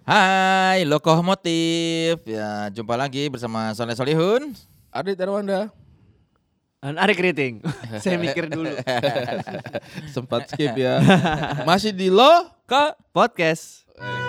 Hai Lokomotif. Ya, jumpa lagi bersama Soleh Solihun. Adit Erwanda. Ari Keriting. Saya mikir dulu. Sempat skip ya. Masih di lo Ke podcast.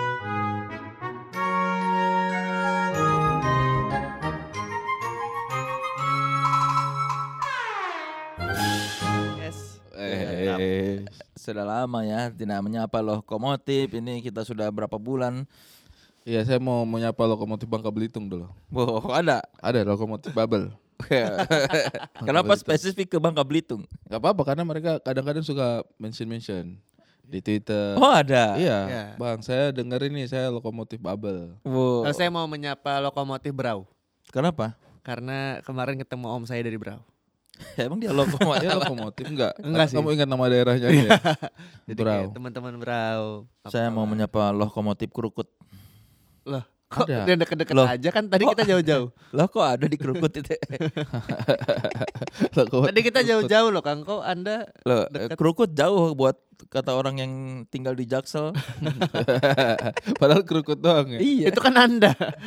Yes. Sudah lama ya tidak menyapa Lokomotif. Ini kita sudah berapa bulan? Iya, saya mau menyapa lokomotif Bangka Belitung dulu. Wow, ada. Ada lokomotif Bubble. Kenapa spesifik ke Bangka Belitung? Gak apa-apa karena mereka kadang-kadang suka mention di Twitter. Oh, ada. Iya, Ya. Bang, saya dengar ini saya lokomotif Bubble. Wow. Kalau saya mau menyapa lokomotif Brau. Kenapa? Karena kemarin ketemu om saya dari Brau. Emang dia lokomotif? Dia lokomotif enggak? Enggak sih. Kamu ingat nama daerahnya ya? Jadi Brau. kayak teman-teman Brau. Saya mau menyapa Lokomotif Krukut. Loh, kok Ada. udah deket-deket Loh. aja kan tadi Kok? kita jauh-jauh. Loh, kok ada di Krukut itu? Lokomotif Tadi kita jauh-jauh loh Kang. Kok Anda Loh, Deket. Krukut jauh buat kata orang yang tinggal di Jaksel. Padahal Krukut doang ya. Iya. itu kan Anda.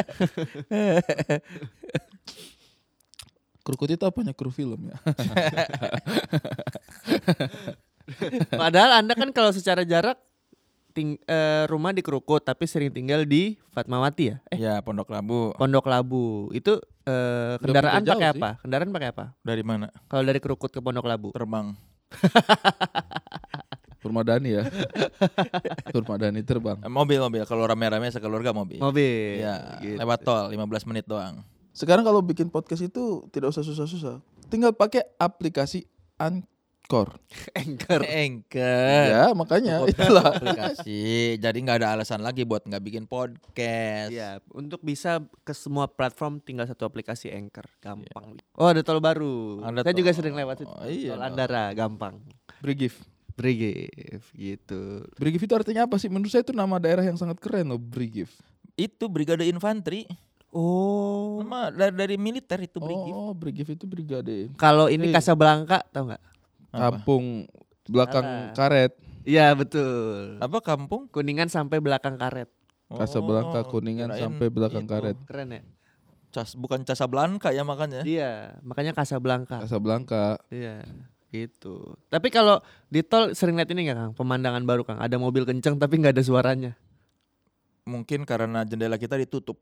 Krukut itu apanya? Kru film ya. Padahal Anda kan kalau secara jarak rumah di Krukut tapi sering tinggal di Fatmawati ya? Ya, Pondok Labu. Pondok Labu. Itu kendaraan begitu jauh pakai sih. apa? Kendaraan pakai apa? Dari mana? Kalau dari Krukut ke Pondok Labu. Terbang. Permadani ya. Permadani terbang. Mobil. Kalau rame-rame sekeluarga mobil. Mobil. Ya, gitu. lewat tol 15 menit doang. Sekarang kalau bikin podcast itu tidak usah susah-susah. Tinggal pakai aplikasi Anchor. Anchor. Anchor. Ya, makanya Cukup itulah. aplikasi. Jadi nggak ada alasan lagi buat nggak bikin podcast. Ya, untuk bisa ke semua platform tinggal satu aplikasi Anchor, gampang. Oh, ada tol baru. Ada Saya tol. juga sering lewat situ. Oh, iya Tol dong. Andara, gampang. Brigif. Brigif gitu. Brigif itu artinya apa sih? Menurut saya itu nama daerah yang sangat keren loh, Brigif. Itu Brigade Infanteri. Oh. Nama dari militer itu Brigif. Oh, Brigif itu brigade. Kalau ini Iya. Casablanca, tahu nggak? Apa? Kampung belakang Salah. karet. Iya, betul. Apa kampung? Kuningan sampai belakang karet. Casablanca, Oh, Kuningan kirain sampai belakang itu. karet. Keren ya? Bukan Casablanca ya makanya. Iya, makanya Casablanca. Casablanca. Iya, gitu. Tapi kalau di tol sering lihat ini nggak Kang? Pemandangan baru Kang. Ada mobil kenceng tapi nggak ada suaranya. Mungkin karena jendela kita ditutup.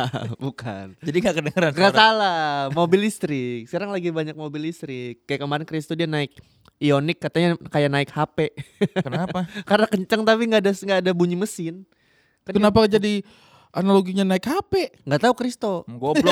Bukan. Jadi nggak kedengeran. Gak suara. salah, mobil listrik. Sekarang lagi banyak mobil listrik. Kayak kemarin Kristo dia naik Ioniq katanya kayak naik HP. Kenapa? Karena kenceng tapi nggak ada bunyi mesin. Kan Kenapa jadi analoginya naik HP? Nggak tahu Kristo. Goblok.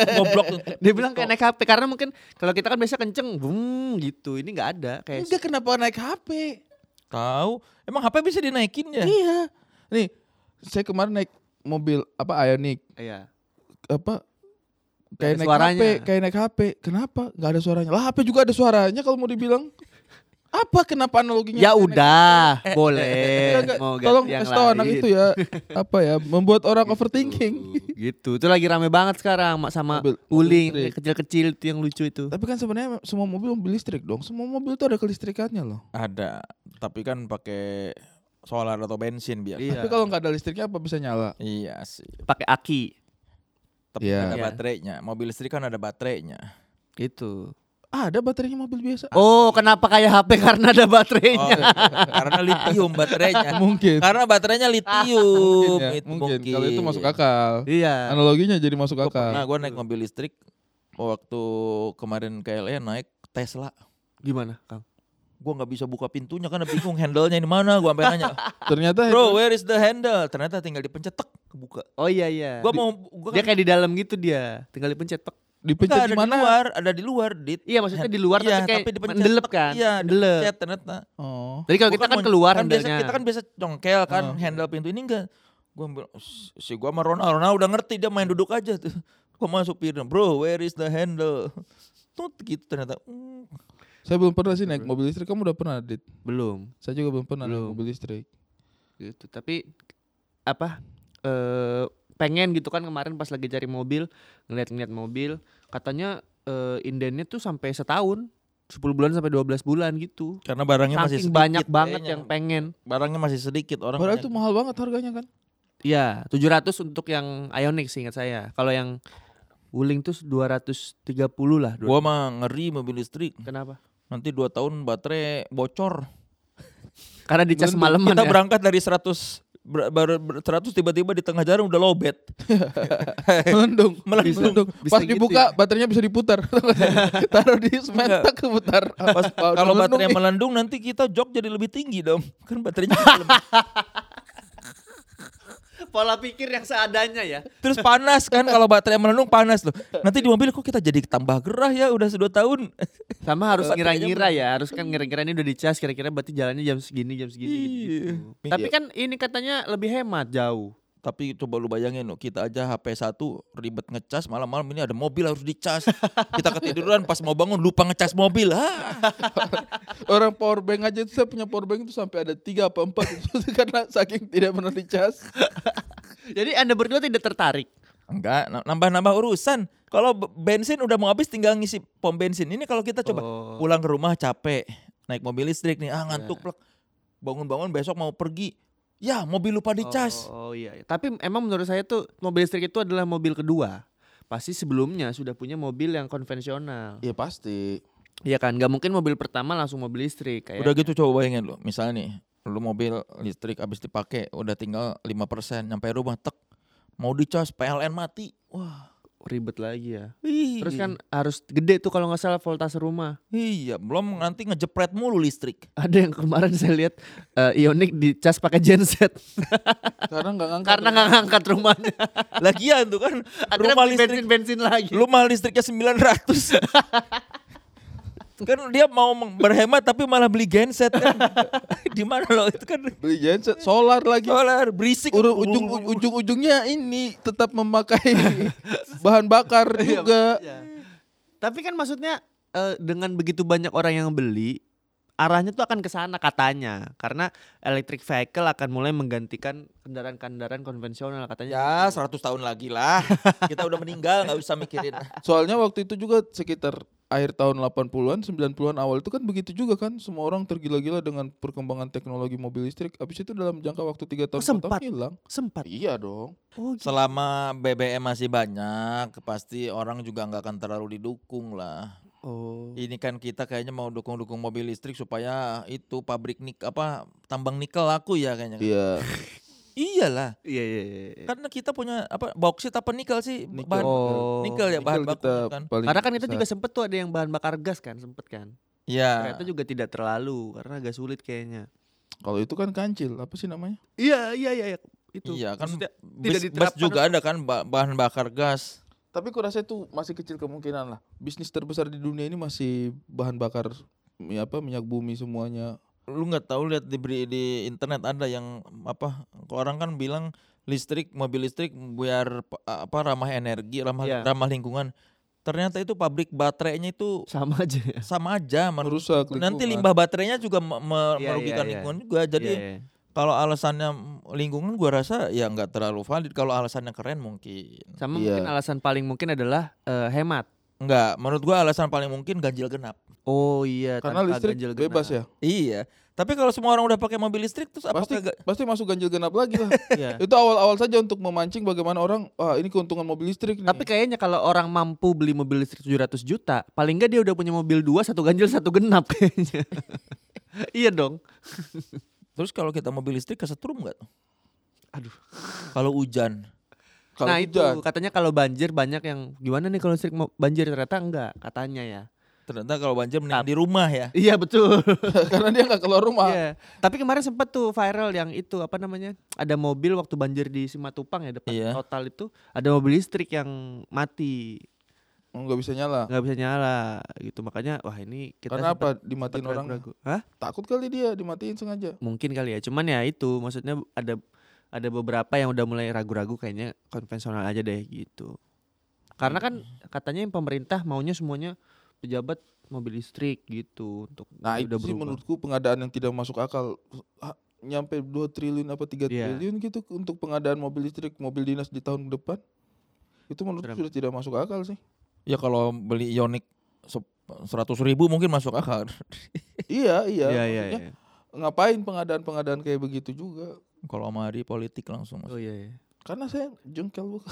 Dia bilang kayak naik HP karena mungkin kalau kita kan biasa kenceng, boom gitu. Ini nggak ada kayak. Enggak, kenapa naik HP? Tahu? Emang HP bisa dinaikin ya? Iya. Nih, saya kemarin naik mobil apa Ioniq, Iya. apa Nggak kayak ada naik suaranya. HP, kayak naik HP. Kenapa? Nggak ada suaranya. Lah HP juga ada suaranya kalau mau dibilang. Apa kenapa analoginya? Ya kayak naik udah, HP? boleh. Enggak, Mau ganti tolong yang kasih tahu anak lain. itu ya. Apa ya? Membuat orang overthinking. Gitu. Itu lagi rame banget sekarang sama Mobil Uling listrik. kecil-kecil itu yang lucu itu. Tapi kan sebenarnya semua mobil listrik dong. Semua mobil itu ada kelistrikannya loh. Ada. Tapi kan pakai solar atau bensin biar. Iya. Tapi kalau nggak ada listriknya apa bisa nyala? Iya sih. Pakai aki. Tapi Iya. ada Iya. baterainya. Mobil listrik kan ada baterainya. Gitu. Ada baterainya mobil biasa. Oh, kenapa kayak HP karena ada Oh, baterainya? karena litium baterainya. Mungkin. Karena baterainya litium. Ya, Itu mungkin. Kalau itu masuk akal. Iya. Analoginya jadi masuk Nah, akal. gue naik mobil listrik waktu kemarin KLE naik Tesla. Gimana, Kang? Gue nggak bisa buka pintunya karena bingung handle-nya di mana. Gue sampai nanya, Ternyata bro, where is the handle? Ternyata tinggal dipencet, tek, kebuka. Oh iya. Gue mau, gue Dia kayak di dalam gitu dia. Tinggal dipencet tek. dipencet ada di di mana? luar, ada di luar. Iya, maksudnya di luar Iya, tapi kayak dipencet, mendelep tek. kan? Iya, Mendelep. dipencet ternyata. Oh. Jadi kalau Gua kita kan mau- keluar kan biasa, handle-nya. kita kan biasa congkel kan handle pintu ini enggak. Gue ambil si gue sama Ronald udah ngerti dia main duduk aja tuh. Gue masuk supirnya, bro, where is the handle? Tuh gitu ternyata. Saya belum pernah sih naik mobil listrik. Kamu udah pernah, Dit? Belum. Saya juga belum pernah naik Belum. mobil listrik. Gitu. Tapi apa? Pengen gitu kan kemarin pas lagi cari mobil, ngeliat mobil, katanya indennya tuh sampai setahun. 10 bulan sampai 12 bulan gitu. Karena barangnya masih Saking sedikit. banyak banget kayaknya. yang pengen. Barangnya masih sedikit orang. Padahal banyak. itu mahal banget harganya kan. Iya, 700 untuk yang Ioniq sih ingat saya. Kalau yang Wuling tuh 230 lah. Gua mah ngeri mobil listrik. Kenapa? Nanti 2 tahun baterai bocor. Karena dicas semalaman Kita ya. berangkat dari 100 100 tiba-tiba di tengah jalan udah lowbat. Melendung. Bisa Pas gitu dibuka ya? baterainya bisa diputar. Taruh di semen tak keputar. Kalau baterainya melendung, melendung nanti kita jok jadi lebih tinggi dong. Kan baterainya lebih. Pola pikir yang seadanya ya. Terus panas kan kalau baterai melendung panas loh. Nanti di mobil kok kita jadi tambah gerah ya udah 2 tahun. Sama harus Baterainya ngira-ngira ya. Harus kan ngira-ngira ini udah dicas. Kira-kira berarti jalannya jam segini gitu. Iya. Tapi kan ini katanya lebih hemat jauh. Tapi coba lu bayangin loh, kita aja HP 1 ribet ngecas, malam-malam ini ada mobil harus dicas. Kita ketiduran pas mau bangun lupa ngecas mobil. orang power bank aja itu saya punya power bank itu sampai ada 3 apa 4 itu karena saking tidak pernah dicas. Jadi Anda berdua tidak tertarik? Enggak, nambah-nambah urusan. Kalau bensin udah mau habis tinggal ngisi pom bensin. Ini kalau kita coba pulang ke rumah capek, naik mobil listrik nih, ngantuk plek. Bangun-bangun besok mau pergi. Ya, mobil lupa dicas. Oh iya. Tapi emang menurut saya tuh mobil listrik itu adalah mobil kedua. Pasti sebelumnya sudah punya mobil yang konvensional. Iya pasti. Iya kan, gak mungkin mobil pertama langsung mobil listrik kayak. Udah gitu coba bayangin lo, misalnya nih, lu mobil listrik habis dipakai udah tinggal 5%, nyampe rumah tek mau dicas PLN mati. Wah, ribet lagi ya. Ih. Terus kan harus gede tuh kalau nggak salah voltase rumah. Iya, belum nanti ngejepret mulu listrik. Ada yang kemarin saya lihat Ioniq dicas pakai genset Karena nggak ngangkat. karena nggak ngangkat rumahnya. Lagian tuh kan Akhirnya rumah beli listrik bensin lagi. rumah listriknya 900. Kan dia mau berhemat tapi malah beli genset kan. Di mana lo itu kan Beli genset solar lagi. solar berisik. Ujung-ujungnya ini tetap memakai bahan bakar juga. Tapi kan maksudnya dengan begitu banyak orang yang beli, arahnya tuh akan ke sana katanya. Karena electric vehicle akan mulai menggantikan kendaraan-kendaraan konvensional katanya. Ya 100 tahun lagi lah. Kita udah meninggal gak usah mikirin. Soalnya waktu itu juga sekitar akhir tahun 80-an, 90-an awal itu kan begitu juga kan. Semua orang tergila-gila dengan perkembangan teknologi mobil listrik. Habis itu dalam jangka waktu 3 tahun 4 tahun hilang. Sempat. Iya dong. Oh, gitu. Selama BBM masih banyak, pasti orang juga nggak akan terlalu didukung lah. Oh. Ini kan kita kayaknya mau dukung-dukung mobil listrik supaya itu pabrik tambang nikel laku ya kayaknya. Iya. Iyalah, Iya. karena kita punya bauksit apa nikel sih? Nikel. Bahan nikel ya bahan baku kita kan. paling Karena kan itu besar. juga sempet tuh ada yang bahan bakar gas kan, sempet kan. Iya. Ternyata juga tidak terlalu karena agak sulit kayaknya. Kalau itu kan kancil, apa sih namanya? Iya. Itu. Iya kan Maksudnya bus diterapkan juga ada kan bahan bakar gas. Tapi aku rasa itu masih kecil kemungkinan lah. Bisnis terbesar di dunia ini masih bahan bakar minyak bumi semuanya. Lu nggak tahu lihat di internet ada yang orang kan bilang mobil listrik biar ramah energi, ramah lingkungan. Ternyata itu pabrik baterainya itu sama aja ya. sama aja Merusak nanti lingkungan. limbah baterainya juga Iya, merugikan iya. lingkungan juga. Jadi kalau alasannya lingkungan gua rasa ya nggak terlalu valid. Kalau alasannya keren mungkin. Sama Iya. mungkin alasan paling mungkin adalah hemat. Enggak, menurut gua alasan paling mungkin ganjil genap. Oh iya, Karena tanpa listrik ganjil bebas genap. ya. Iya. Tapi kalau semua orang udah pakai mobil listrik terus Pasti masuk ganjil genap lagi lah. Iya. Itu awal-awal saja untuk memancing bagaimana orang, ini keuntungan mobil listrik nih. Tapi kayaknya kalau orang mampu beli mobil listrik 700 juta, paling enggak dia udah punya mobil 2, 1 ganjil 1 genap kayaknya. Iya dong. Terus kalau kita mobil listrik kesetrum nggak? Aduh. Kalau hujan. Kalau Nah itu hujan, katanya kalau banjir banyak yang gimana nih kalau listrik banjir, ternyata enggak katanya ya. Ternyata kalau banjir mending di rumah ya. Iya betul. karena dia nggak keluar rumah. Iya. Tapi kemarin sempat tuh viral yang itu apa namanya? Ada mobil waktu banjir di Simatupang ya depan Iya. Total itu ada mobil listrik yang mati, Nggak bisa nyala. nggak bisa nyala gitu. Makanya wah ini kita Karena sempet- apa? Dimatiin sempet orang. ragu-ragu. Hah? Takut kali dia dimatiin sengaja. Mungkin kali ya. Cuman ya itu maksudnya ada beberapa yang udah mulai ragu-ragu kayaknya konvensional aja deh gitu. Karena kan katanya yang pemerintah maunya semuanya pejabat mobil listrik gitu untuk Nah udah itu sih berubah. menurutku pengadaan yang tidak masuk akal. Nyampe 2 triliun apa 3 Iya. triliun gitu untuk pengadaan mobil listrik, mobil dinas di tahun depan. Itu menurutku Kenapa? sudah tidak masuk akal sih. Ya kalau beli Ioniq 100.000 mungkin masuk akal. Iya. Iya. Maksudnya ngapain pengadaan-pengadaan kayak begitu juga? Kalau sama Ari politik langsung. Oh iya. Karena saya jengkel Bu.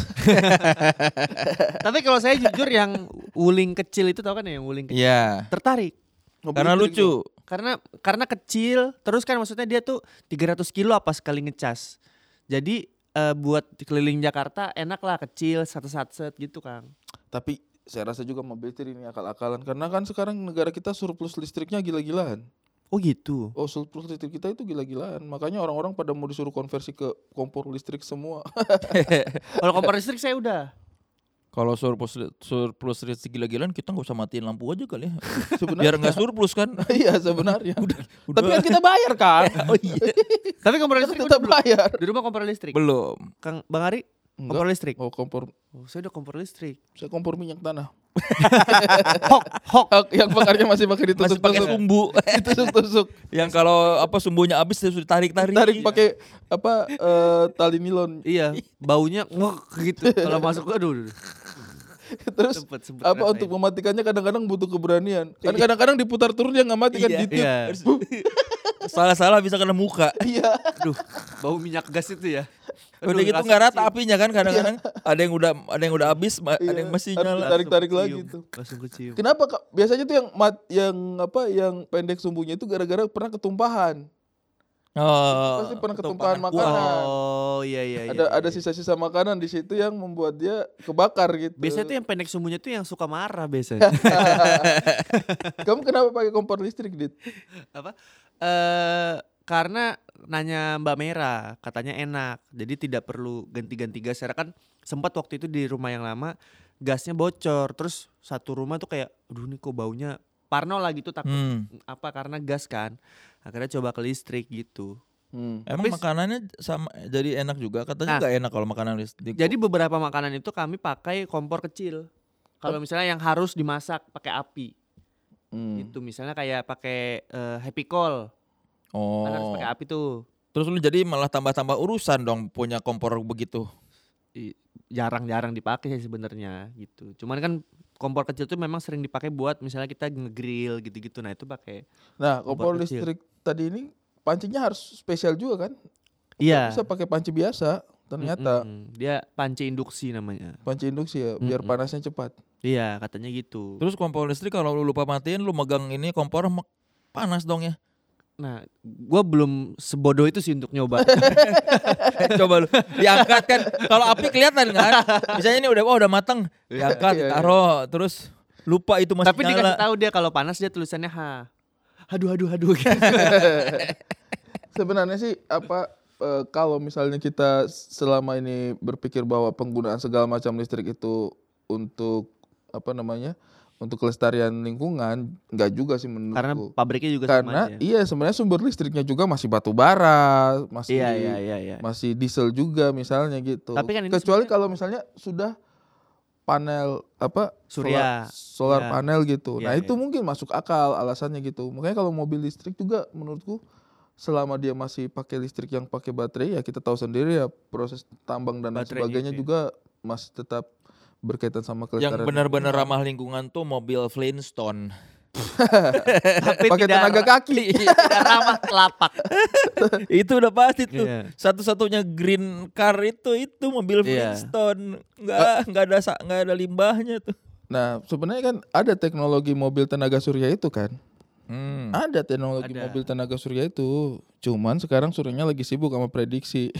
Tapi kalau saya jujur yang wuling kecil itu tahu kan ya, yang wuling kecil. Iya. Tertarik. Karena lucu. Karena kecil, terus kan maksudnya dia tuh 300 kilo apa sekali ngecas. Jadi buat keliling Jakarta enak lah, kecil, sat-sat gitu Kang. Tapi saya rasa juga mobil listrik ini akal-akalan. Karena kan sekarang negara kita surplus listriknya gila-gilaan. Oh gitu. Oh, surplus listrik kita itu gila-gilaan. Makanya orang-orang pada mau disuruh konversi ke kompor listrik semua. Kalau kompor listrik saya udah. Kalau surplus listrik gila-gilaan kita nggak usah matiin lampu aja kali ya. Sebenarnya. Biar nggak surplus kan. Iya sebenarnya. Tapi kan kita bayar kan. Oh iya. Tapi kompor listrik Tetap udah belum? bayar. Di rumah kompor listrik. Belum. Kang Bang Ari kompor listrik. Oh kompor. Oh, saya udah kompor listrik. Saya kompor minyak tanah. Hok. Yang bakarnya masih pakai Masih pakai ditusuk-tusuk. sumbu. Ditusuk-tusuk. Yang kalau apa sumbunya habis terus ditarik-tarik. Tarik pakai apa tali nilon. Iya, baunya gitu. Kalau masuk aduh. Terus Sempet apa ngerasain. untuk mematikannya kadang-kadang butuh keberanian. Kan kadang-kadang diputar turun dia nggak mati kan gitu. Iya. Salah-salah bisa kena muka. Iya. Aduh, bau minyak gas itu ya. Udah Aduh, gitu langsung nggak rata kecium. apinya kan kadang-kadang. Ada yang udah habis, ada yang masih Harus nyala. ditarik-tarik Langsung lagi kecium. tuh. Langsung kecium. Kenapa Kak? Biasanya tuh yang pendek sumbunya itu gara-gara pernah ketumpahan. Oh, Pasti pernah ketumpahan makanan. Oh iya. Ada sisa-sisa makanan di situ yang membuat dia kebakar gitu. Biasanya tuh yang pendek sumbunya tuh yang suka marah biasanya. Kamu kenapa pakai kompor listrik, Dit? Apa? Karena nanya Mbak Mera, katanya enak. Jadi tidak perlu ganti-ganti gas. Karena kan sempat waktu itu di rumah yang lama gasnya bocor. Terus satu rumah tuh kayak, aduh nih kok baunya parno lah gitu, takut apa karena gas kan. Akhirnya coba ke listrik gitu. Emang makanannya sama jadi enak juga, katanya nggak enak kalau makanan listrik. Jadi beberapa makanan itu kami pakai kompor kecil. Kalau misalnya yang harus dimasak pakai api. Gitu misalnya kayak pakai Happy Call. Oh. Kan harus pakai api tuh. Terus lu jadi malah tambah-tambah urusan dong punya kompor begitu. Jarang-jarang dipakai sih sebenarnya gitu. Cuman kan kompor kecil tuh memang sering dipakai buat misalnya kita nge-grill gitu-gitu. Nah, itu pakai. Nah, kompor Kompor kecil. listrik tadi ini pancinya harus spesial juga kan? Iya. Bisa pakai panci biasa ternyata. Dia panci induksi namanya. Panci induksi ya, biar panasnya cepat. Iya, katanya gitu. Terus kompor listrik kalau lu lupa matiin, lu megang ini kompor panas dong ya. Nah, gua belum sebodoh itu sih untuk nyoba. Coba lu diangkat kan. Kalau api kelihatan kan. Misalnya ini udah matang, diangkat, Iya. ditaruh, terus lupa itu masih Tapi nyala. dikasih tahu dia kalau panas dia tulisannya H. Aduh gitu. Sebenarnya sih kalau misalnya kita selama ini berpikir bahwa penggunaan segala macam listrik itu untuk untuk kelestarian lingkungan, enggak juga sih menurutku. Karena pabriknya juga Karena sama aja. iya sebenarnya sumber listriknya juga masih batu bara, masih Iya. masih diesel juga misalnya gitu. Tapi kan ini kecuali kalau misalnya sudah panel Surya. solar Iya. panel gitu. Iya, Nah, itu iya. mungkin masuk akal alasannya gitu. Makanya kalau mobil listrik juga menurutku selama dia masih pakai listrik yang pakai baterai, ya kita tahu sendiri ya proses tambang dan lain Baterainya sebagainya itu ya. juga masih tetap berkaitan sama Yang kelestarian. benar-benar ramah lingkungan tuh mobil Flintstone. Tapi pakai tidak tenaga kaki. tidak ramah telapak. Itu udah pasti tuh. Iya. Satu-satunya green car itu mobil Iya. Flintstone. Nggak ada limbahnya tuh. Nah, sebenarnya kan ada teknologi mobil tenaga surya itu kan. Ada teknologi Ada. mobil tenaga surya itu. Cuman sekarang suryanya lagi sibuk sama prediksi.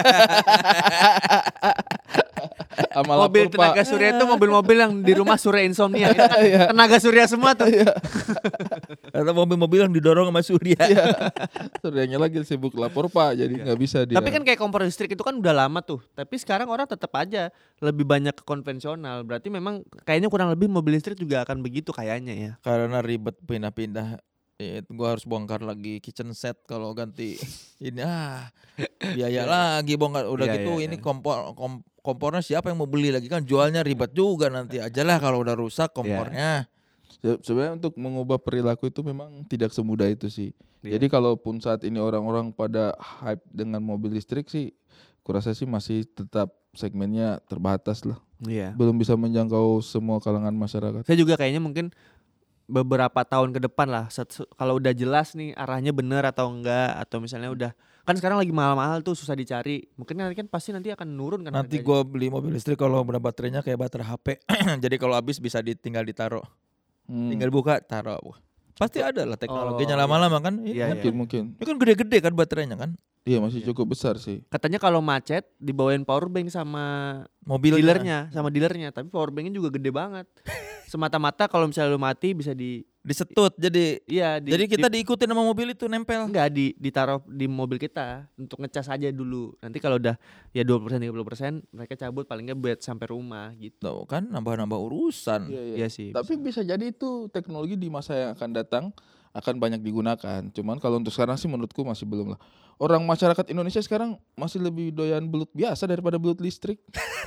Sama Mobil lapor, Pak. tenaga surya itu mobil-mobil yang di rumah surya insomnia. Itu kan tenaga surya semua tuh. Atau mobil-mobil yang didorong sama surya. Iya. Suryanya lagi sibuk lapor Pak, jadi nggak bisa dia. Tapi kan kayak kompor listrik itu kan udah lama tuh. Tapi sekarang orang tetap aja lebih banyak ke konvensional. Berarti memang kayaknya kurang lebih mobil listrik juga akan begitu kayaknya ya. Karena ribet pindah-pindah. Gua harus bongkar lagi kitchen set kalau ganti ini biaya lagi bongkar. Udah Iya, gitu iya, ini iya. kompornya siapa yang mau beli lagi kan, jualnya ribet juga nanti aja lah kalau udah rusak kompornya. Sebenarnya untuk mengubah perilaku itu memang tidak semudah itu sih. Iya. Jadi kalaupun saat ini orang-orang pada hype dengan mobil listrik sih, kurasa sih masih tetap segmennya terbatas lah. Iya. Belum bisa menjangkau semua kalangan masyarakat. Saya juga kayaknya mungkin beberapa tahun ke depan lah kalau udah jelas nih arahnya bener atau enggak, atau misalnya udah Kan sekarang lagi mahal-mahal tuh, susah dicari. Mungkin nanti kan pasti nanti akan nurun kan Nanti harganya. gue beli mobil listrik kalau benar baterainya kayak baterai HP. Jadi kalau habis bisa tinggal ditaruh. Tinggal buka, taruh. Wah, pasti ada lah teknologinya Oh, lama-lama kan. Iya, Mungkin. Ini kan gede-gede kan baterainya kan. Iya masih cukup besar sih. Katanya kalau macet dibawain power bank sama Mobilnya. dealernya, tapi power banknya juga gede banget. Semata-mata kalau misalnya lu mati bisa Disetut jadi jadi kita diikutin sama mobil itu nempel. enggak ditaruh di mobil kita untuk ngecas aja dulu. Nanti kalau udah ya 20% 30% mereka cabut, paling nggak buat sampai rumah gitu. Tuh kan nambah-nambah urusan. Iya sih. Tapi bisa jadi itu teknologi di masa yang akan datang akan banyak digunakan. Cuman kalau untuk sekarang sih menurutku masih belum lah. Orang masyarakat Indonesia sekarang masih lebih doyan belut biasa daripada belut listrik.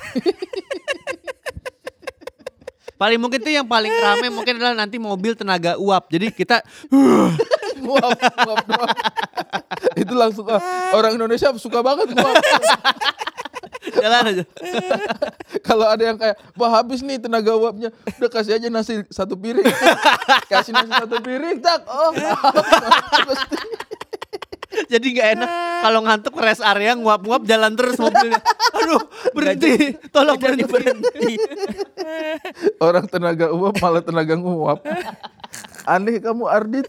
Paling mungkin tuh yang paling rame mungkin adalah nanti mobil tenaga uap. Jadi kita Nguap doang. Itu langsung orang Indonesia suka banget nguap. jalan aja. Kalau ada yang kayak, wah habis nih tenaga uapnya, udah kasih aja nasi 1 piring. Kasih nasi 1 piring, tak. Oh, pasti. Jadi nggak enak kalau ngantuk rest area nguap-nguap jalan terus mobilnya. Aduh, berhenti. Tolong berhenti. Orang tenaga uap malah tenaga nguap. Aneh kamu Ardit.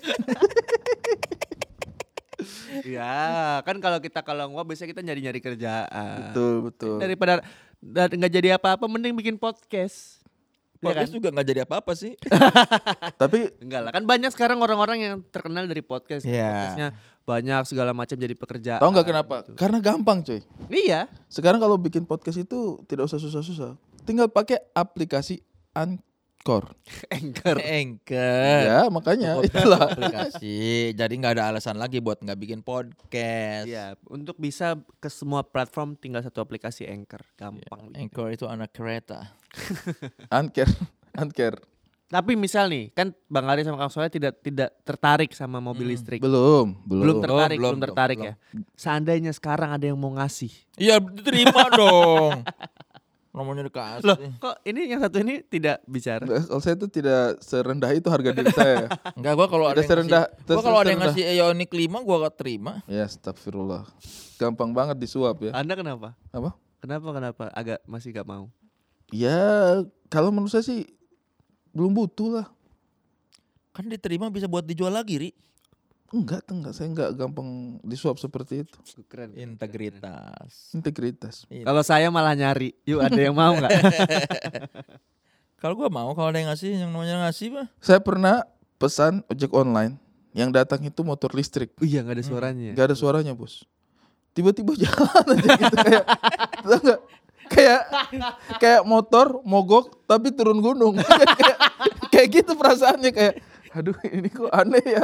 Ya, kan kalau nguap biasanya kita nyari-nyari kerjaan. Betul. Daripada nggak jadi apa-apa mending bikin podcast. Ya kan? Podcast juga nggak jadi apa-apa sih. Tapi Enggak lah, kan banyak sekarang orang-orang yang terkenal dari podcast. Iya. Podcastnya banyak segala macam jadi pekerjaan. tahu nggak kenapa? Karena gampang coy. Iya. Sekarang kalau bikin podcast itu tidak usah susah-susah. Tinggal pakai aplikasi Anchor. Anchor. Ya makanya itulah. Aplikasi. Jadi nggak ada alasan lagi buat nggak bikin podcast. Iya, untuk bisa ke semua platform tinggal satu aplikasi Anchor, gampang. Anchor itu anak kereta. Anchor. Tapi misal nih, kan Bang Ari sama Kang Soleh tidak tertarik sama mobil listrik. Belum. Belum tertarik, Belum, belum tertarik belum. ya. Seandainya sekarang ada yang mau ngasih. Iya diterima dong. Nomornya dikasih. Loh, kok ini yang satu ini tidak bicara? Kalau saya itu tidak serendah itu harga diri saya. Enggak, gua kalau ada Tidak serendah- gua kalau ada yang serendah. ngasih Ioniq 5 gua gak terima. Ya astagfirullah. Gampang banget disuap ya. Anda kenapa? Apa? Kenapa? Agak masih gak mau. Ya kalau menurut saya sih belum butuh lah. Kan diterima bisa buat dijual lagi, Ri. Enggak. Saya enggak gampang disuap seperti itu. Keren. Integritas. Integritas. Kalau saya malah nyari. Yuk, ada yang mau nggak? Kalau gua mau kalau ada yang ngasih, yang namanya ngasih mah. Saya pernah pesan ojek online yang datang itu motor listrik. Iya, nggak ada suaranya. Gak ada suaranya bos. Tiba-tiba jalan aja gitu kayak, tau nggak? kayak motor mogok tapi turun gunung. kayak gitu perasaannya kayak, aduh ini kok aneh ya.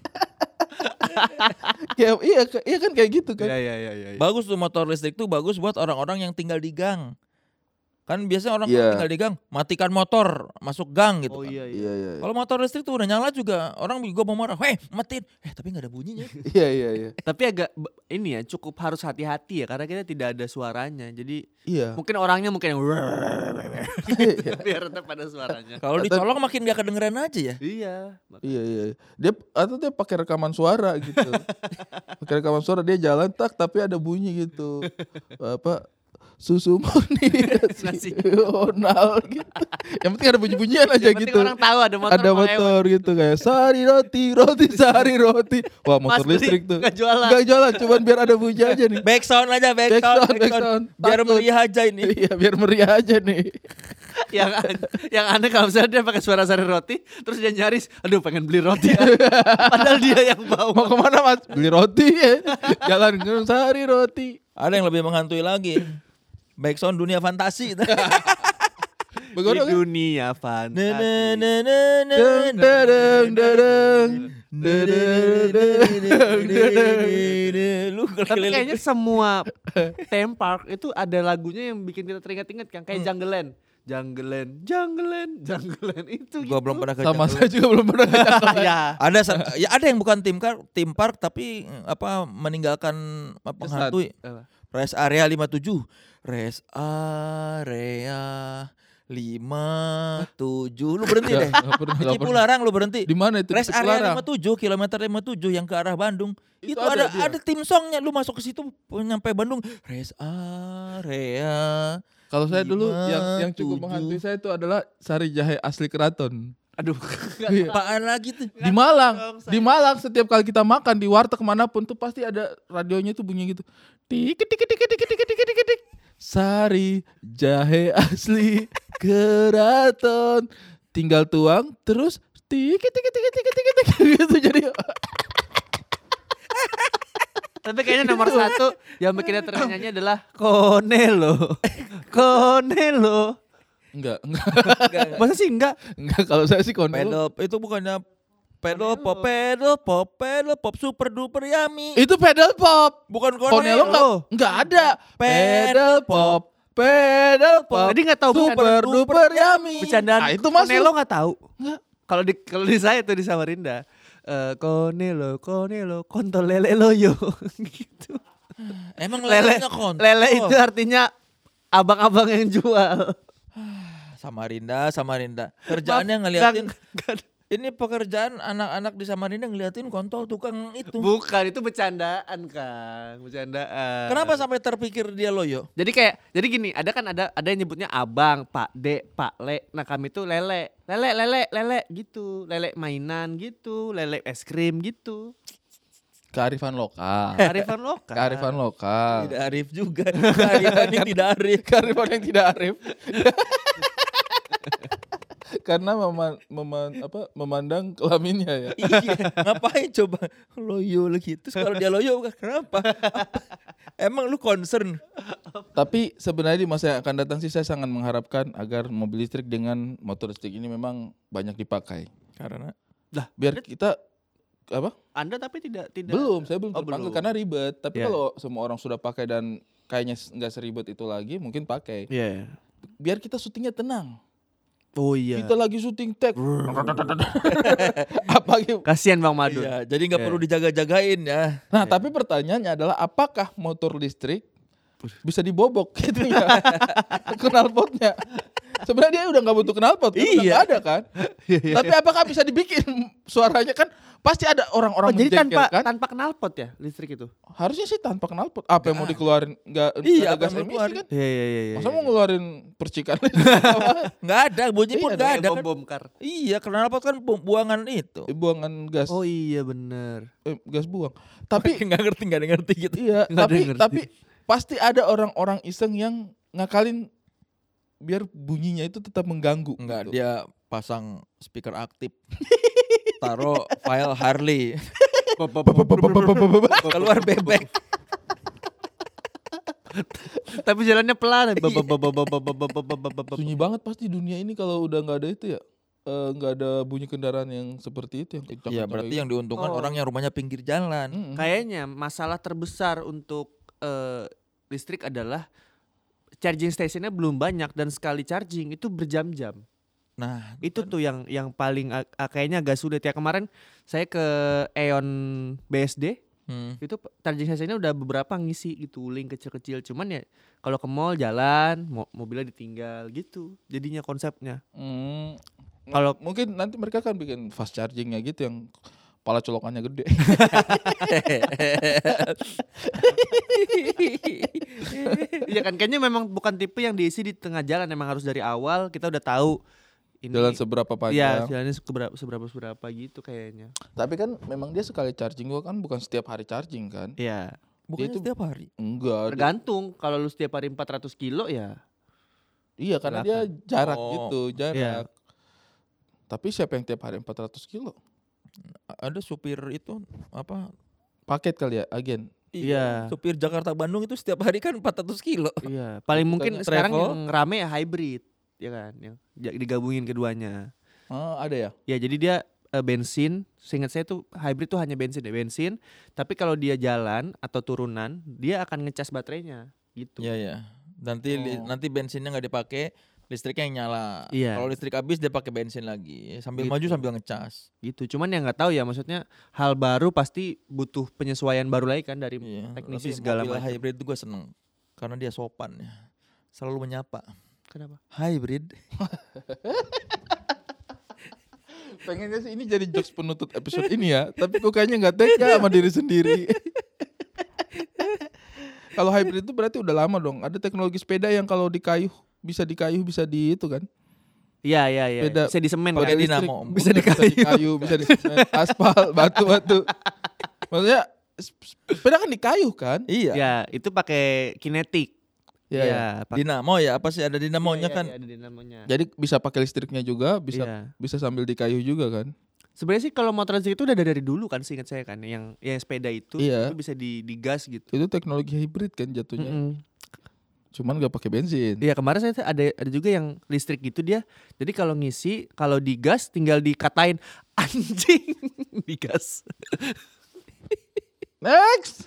iya kan kayak gitu kan. Iya. Bagus tuh motor listrik tuh bagus buat orang-orang yang tinggal di gang. Kan biasanya orang Iya. tinggal di gang, matikan motor, masuk gang gitu Oh kan. iya. Iya. Kalau motor listrik tuh udah nyala juga, orang juga mau marah. Hei, matiin. Tapi nggak ada bunyinya. Iya. Tapi agak ini ya, cukup harus hati-hati ya karena kita tidak ada suaranya. Jadi Iya. mungkin orangnya mungkin yang biar tetap ada suaranya. Kalau dicolong makin gak kedengeran aja ya. Iya. Iya. Dia pakai rekaman suara gitu. Pakai rekaman suara dia jalan tapi ada bunyi gitu. Apa? Susu murni Nasi. Onal gitu. Yang penting ada bunyi-bunyian aja Yang penting gitu. orang tahu ada motor. Ada mau motor lewat. gitu kayak sari roti. Wah, motor Mas beli, listrik tuh. nggak jualan. Nggak jualan, cuman biar ada bunyi aja nih. Back sound aja, back sound. Biar Takut. meriah aja ini. Iya, biar meriah aja nih. yang aneh kalau misalnya dia pakai suara sari roti, terus dia nyaris, aduh pengen beli roti. Padahal dia yang Mau bawa. kemana mas? Beli roti ya. Jalan ke sari roti. Ada yang lebih menghantui lagi. Back sound dunia fantasi. Di Begono kan? dunia fantasi. Deng, dadeng, dadeng. Lu Tapi keliling. kayaknya semua theme park itu ada lagunya yang bikin kita teringat-ingat kan, kayak Jungleland itu. Gua belum pernah ke Sama Jakarta. saya juga belum pernah ngajak. ya. Ada yang bukan tim park tapi meninggalkan penghantui. Rest area 57. Rest area 57. Lu berhenti deh. Nggak pernah, Di nggak pernah. Cipularang lu berhenti. Di mana itu? Di Rest area Cipularang. 57, kilometer 57 yang ke arah Bandung. Itu Itu ada dia. ada tim songnya. Lu masuk ke situ nyampe Bandung, rest area. Kalau saya dulu yang cukup 57. menghantui saya itu adalah sari jahe asli Keraton. Aduh. Iya. Apaan lagi tuh? Di Malang, di Malang setiap kali kita makan di warteg manapun tuh pasti ada radionya tuh bunyi gitu. Tik tik tik tik tik tik tik tik tik. Sari jahe asli Keraton. Tinggal tuang terus tik tik tik tik tik tik tik gitu jadi. Tapi kayaknya nomor 1 yang bikin dia ternyanyi adalah Konelo. Konelo. Enggak. Masa sih enggak? Enggak kalau saya sih konelo. Pedal itu bukannya pedal pop super duper yummy. Itu pedal pop. Bukan Konelo enggak ada. Pedal pop. Pedal pop. Tadi enggak tahu Super duper yummy. Bercandaan Ah, itu masuk. Konelo enggak tahu. Enggak. Kalau di saya tuh di Samarinda. Konelo, kontol lele loyo gitu. Emang Lele, lelenya kontol. lele itu artinya abang-abang yang jual. Samarinda. Kerjaannya ngeliatin. Gang. Ini pekerjaan anak-anak di Samarinda ngeliatin kontol tukang itu. Bukan, itu bercandaan, Kang. Bercandaan. Kenapa sampai terpikir dia loyo? Jadi gini, ada yang nyebutnya abang, Pak D, Pak Le. Nah, kami tuh lele gitu. Lele mainan gitu, lele es krim gitu. Kearifan lokal. Kearifan lokal. Kearifan lokal. Tidak arif juga. Kearifan yang tidak arif. Kearifan yang tidak arif. Karena memandang kelaminnya ya. Iya, ngapain coba loyo lagi? Terus kalau dia loyo kenapa? Emang lu concern? Tapi sebenarnya di masa yang akan datang sih saya sangat mengharapkan agar mobil listrik dengan motor listrik ini memang banyak dipakai. Karena Biar kita apa? Anda tapi tidak Saya belum Oh, terpanggil belum. karena ribet. Tapi Iya. kalau semua orang sudah pakai dan kayaknya nggak seribet itu lagi, mungkin pakai. Iya. Biar kita syutingnya tenang. Oh iya. Kita lagi syuting tag. Apa gitu? Kasihan Bang Madun. iya, jadi nggak Iya. perlu dijaga-jagain ya. Nah, tapi pertanyaannya adalah apakah motor listrik bisa dibobok gitu ya? Knalpotnya. Sebenarnya dia udah nggak butuh knalpot, kan? Udah Iya. nggak ada kan? Tapi apakah bisa dibikin suaranya kan? Pasti ada orang-orang Oh, jadi menjengkelkan. tanpa knalpot ya listrik itu? Harusnya sih tanpa knalpot. Apa yang mau dikeluarin? Nggak Iya, ada gas apa yang mau emisi dikeluarin? kan? Iya. Masa mau ngeluarin percikan? Nggak ada, bunyi pun Iya, nggak ada kan? Bom-bom kar. Iya, knalpot kan buangan itu. Buangan gas, Oh iya bener. gas buang. Tapi nggak ada yang ngerti gitu. iya, Nggak ada yang ngerti. tapi pasti ada orang-orang iseng yang ngakalin biar bunyinya itu tetap mengganggu. Enggak, gitu. dia pasang speaker aktif. Taruh file Harley. Keluar bebek. Tapi jalannya pelan. Sunyi banget pasti dunia ini kalau udah nggak ada itu ya. Nggak ada bunyi kendaraan yang seperti itu yang kencang. Iya, berarti yang diuntungkan Oh. orang yang rumahnya pinggir jalan. Kayaknya masalah terbesar untuk listrik adalah charging stationnya belum banyak dan sekali charging itu berjam-jam. Nah, Itu tuh yang paling kayaknya agak sulit ya. Kemarin saya ke Eon BSD itu charging stationnya udah beberapa ngisi gitu, link kecil-kecil. Cuman ya kalau ke mall jalan, mobilnya ditinggal gitu. Jadinya konsepnya. Kalau mungkin nanti mereka kan bikin fast chargingnya gitu yang kepala colokannya gede. Iya kan kayaknya memang bukan tipe yang diisi di tengah jalan, emang harus dari awal kita udah tahu ini. Jalan seberapa Iya, panjang. jalannya seberapa gitu kayaknya. Tapi kan memang dia sekali charging gua kan bukan setiap hari charging kan? Iya. bukannya itu- setiap hari. Enggak. Tergantung kalau lu setiap hari 400 kilo ya. Iya karena dia Silakan. jarak Oh, gitu, jarak. iya. Tapi siapa yang tiap hari 400 kilo? Ada supir itu apa? Paket kali ya, agen. Iya. Supir Jakarta Bandung itu setiap hari kan 400 kilo. Iya, paling mungkin Bukannya sekarang travel. yang rame ya hybrid, ya kan, yang digabungin keduanya. Oh, ada ya? Ya jadi dia bensin, seingat saya tuh hybrid tuh hanya bensin ya, bensin. Tapi kalau dia jalan atau turunan, dia akan ngecas baterainya, gitu. Iya ya. Nanti Oh. nanti bensinnya nggak dipakai, listriknya yang nyala. Iya. Kalau listrik habis dia pakai bensin lagi. Sambil Gitu. maju sambil ngecas. Gitu. Cuman yang nggak tahu ya, maksudnya hal baru pasti butuh penyesuaian baru lagi kan dari Iya. teknisi Tapi segala mobil macam. hybrid itu gue seneng karena dia sopan ya. Selalu menyapa. Kenapa? Hybrid. Pengennya sih ini jadi jokes penutup episode ini ya, tapi kok kayaknya nggak tega sama diri sendiri. Kalau hybrid itu berarti udah lama dong. Ada teknologi sepeda yang kalau dikayuh bisa di itu kan? Iya. Sepeda Bisa di semen pakai kan? dinamo. Bisa dikayu, bisa di aspal, batu-batu. Maksudnya sepeda kan dikayuh kan? Iya. Ya, itu pakai kinetik. Iya, Ya, iya. Dinamo ya, apa sih ada dinamonya kan? Ada dinamonya. Jadi bisa pakai listriknya juga, bisa Iya. bisa sambil dikayuh juga kan? Sebenarnya sih kalau motor listrik itu udah dari dulu kan, seingat saya kan, yang sepeda itu Iya. itu bisa digas gitu. Itu teknologi hybrid kan jatuhnya. Mm-mm. Cuman gak pakai bensin. Iya, kemarin saya tuh ada juga yang listrik gitu dia. Jadi kalau ngisi, kalau digas tinggal dikatain anjing digas. Next.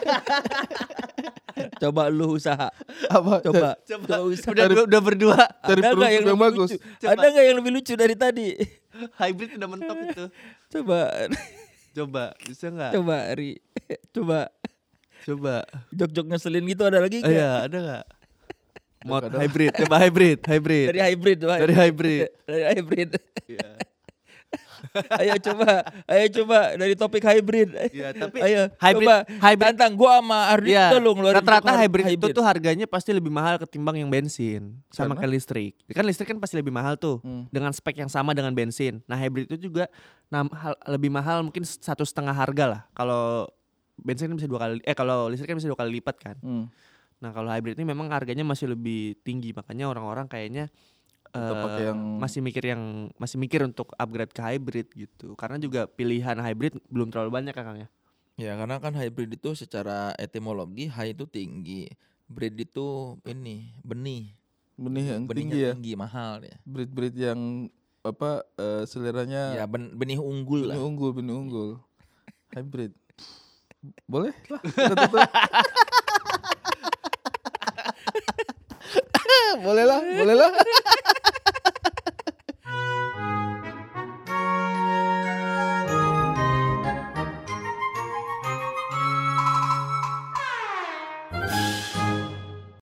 Coba lu usaha. Apa? Coba usaha. Udah berdua. Cari Ada nggak yang penutup yang lebih bagus. lucu? Ada nggak yang lebih lucu dari tadi? Hybrid udah mentok itu. Coba, Coba, bisa nggak? coba Ri, coba. Jok-jok ngeselin gitu ada lagi nggak? Iya, ada nggak? Mod Ada. hybrid, coba hybrid. Dari hybrid, coba. Dari hybrid. Dari hybrid. Iya. Ayo coba dari topik hybrid. Iya, tapi Ayo, hybrid- coba tantang gua sama Ardi Iya, udah lu ngeluarin rata-rata jok hybrid itu tuh harganya pasti lebih mahal ketimbang yang bensin sama Karena? kayak listrik. Kan listrik kan pasti lebih mahal tuh dengan spek yang sama dengan bensin. Nah hybrid itu juga lebih mahal mungkin 1,5 harga lah. Kalau bensin kan bisa 2 kali, kalau listrik kan bisa 2 kali lipat kan. Nah kalau hybrid ini memang harganya masih lebih tinggi, makanya orang-orang kayaknya Tetap pakai yang masih mikir untuk upgrade ke hybrid gitu. Karena juga pilihan hybrid belum terlalu banyak kan Kang ya. Ya karena kan hybrid itu secara etimologi hy itu tinggi, breed itu ini benih yang benihnya tinggi ya. tinggi mahal ya. Breed yang apa seleranya Ya benih unggul lah. benih unggul. Hybrid. Boleh lah. Kita tutup. boleh lah.